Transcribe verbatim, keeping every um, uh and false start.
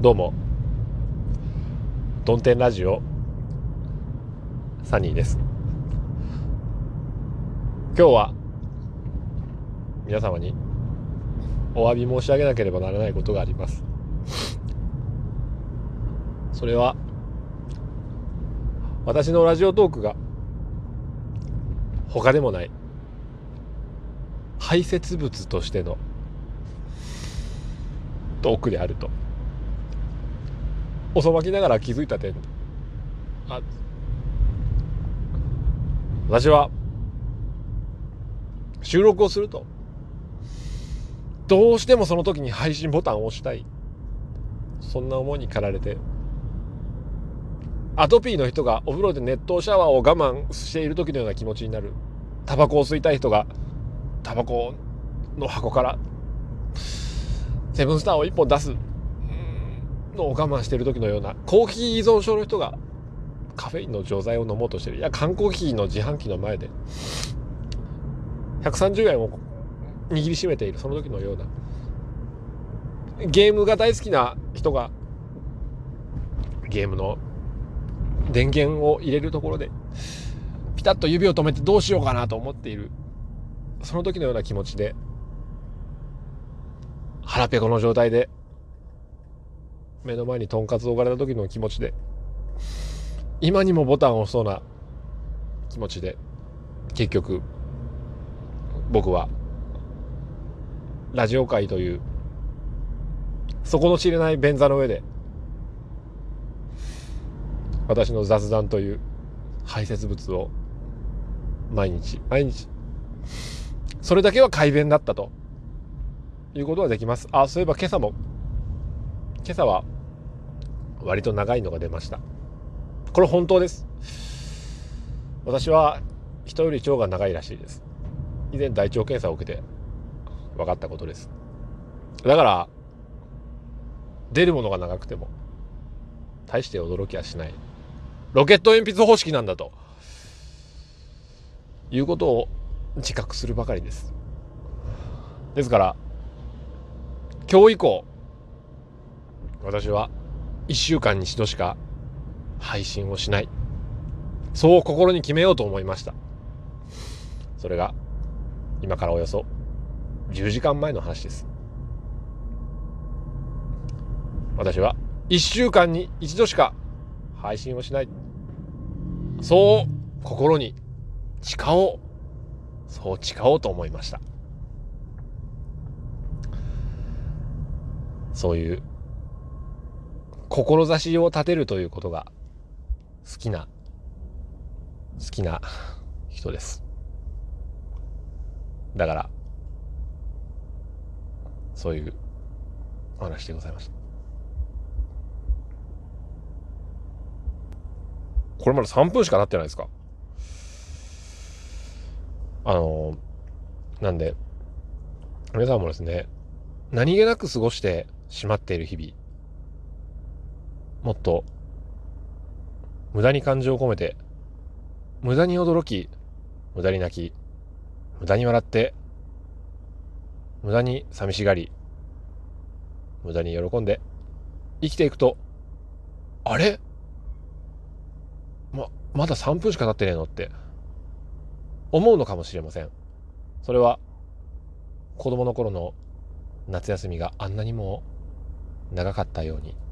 どうもドンテンラジオサニーです。今日は皆様にお詫び申し上げなければならないことがあります。それは私のラジオトークが他でもない排泄物としてのトークであると遅まきながら気づいた点、あ私は収録をするとどうしてもその時に配信ボタンを押したい、そんな思いに駆られて、アトピーの人がお風呂で熱湯シャワーを我慢している時のような気持ちになる、タバコを吸いたい人がタバコの箱からセブンスターを一本出すのを我慢している時のような、コーヒー依存症の人がカフェインの錠剤を飲もうとしている、いや缶コーヒーの自販機の前でひゃくさんじゅうえんを握りしめているその時のような、ゲームが大好きな人がゲームの電源を入れるところでピタッと指を止めてどうしようかなと思っているその時のような気持ちで、腹ペコの状態で目の前にとんかつを置かれた時の気持ちで、今にもボタンを押しそうな気持ちで、結局僕はラジオ界という底の知れない便座の上で私の雑談という排泄物を毎日毎日それだけは快便だったということができます。あ、そういえば今朝も今朝は割と長いのが出ました。これ本当です。私は人より腸が長いらしいです。以前大腸検査を受けて分かったことです。だから出るものが長くても大して驚きはしない、ロケット鉛筆方式なんだということを自覚するばかりです。ですから今日以降私はいっしゅうかんに一度しか配信をしない、そう心に決めようと思いました。それが今からおよそじゅうじかんまえの話です。私はいっしゅうかんに一度しか配信をしない、そう心に誓おう、そう誓おうと思いました。そういう志を立てるということが好きな好きな人です。だからそういうお話でございました。これまださんぷんしか経ってないですか。あのなんで皆さんもですね、何気なく過ごしてしまっている日々、もっと無駄に感情を込めて、無駄に驚き、無駄に泣き、無駄に笑って、無駄に寂しがり、無駄に喜んで生きていくと、あれままださんぷんしか経ってねえのって思うのかもしれません。それは子供の頃の夏休みがあんなにも長かったように